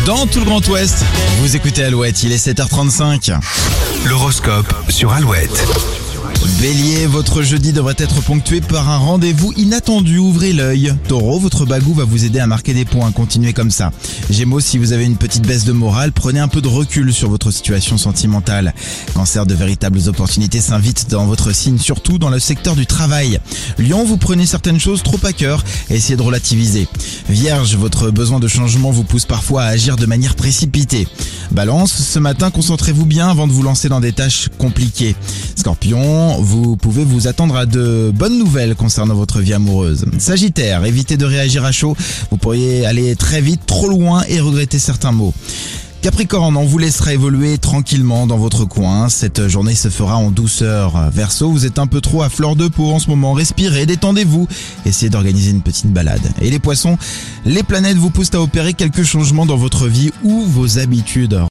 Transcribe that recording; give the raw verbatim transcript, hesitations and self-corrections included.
dans tout le Grand Ouest. Vous écoutez Alouette, il est sept heures trente-cinq. L'horoscope sur Alouette. Bélier, votre jeudi devrait être ponctué par un rendez-vous inattendu, ouvrez l'œil. Taureau, votre bagou va vous aider à marquer des points, continuez comme ça. Gémeaux, si vous avez une petite baisse de morale, prenez un peu de recul sur votre situation sentimentale. Cancer, de véritables opportunités s'invitent dans votre signe, surtout dans le secteur du travail. Lion, vous prenez certaines choses trop à cœur, essayez de relativiser. Vierge, votre besoin de changement vous pousse parfois à agir de manière précipitée. Balance, ce matin, concentrez-vous bien avant de vous lancer dans des tâches compliquées. Scorpion, vous pouvez vous attendre à de bonnes nouvelles concernant votre vie amoureuse. Sagittaire, évitez de réagir à chaud, vous pourriez aller très vite, trop loin et regretter certains mots. Capricorne, on vous laissera évoluer tranquillement dans votre coin, cette journée se fera en douceur. Verseau, vous êtes un peu trop à fleur de peau en ce moment, respirez, détendez-vous, essayez d'organiser une petite balade. Et les poissons, les planètes vous poussent à opérer quelques changements dans votre vie ou vos habitudes.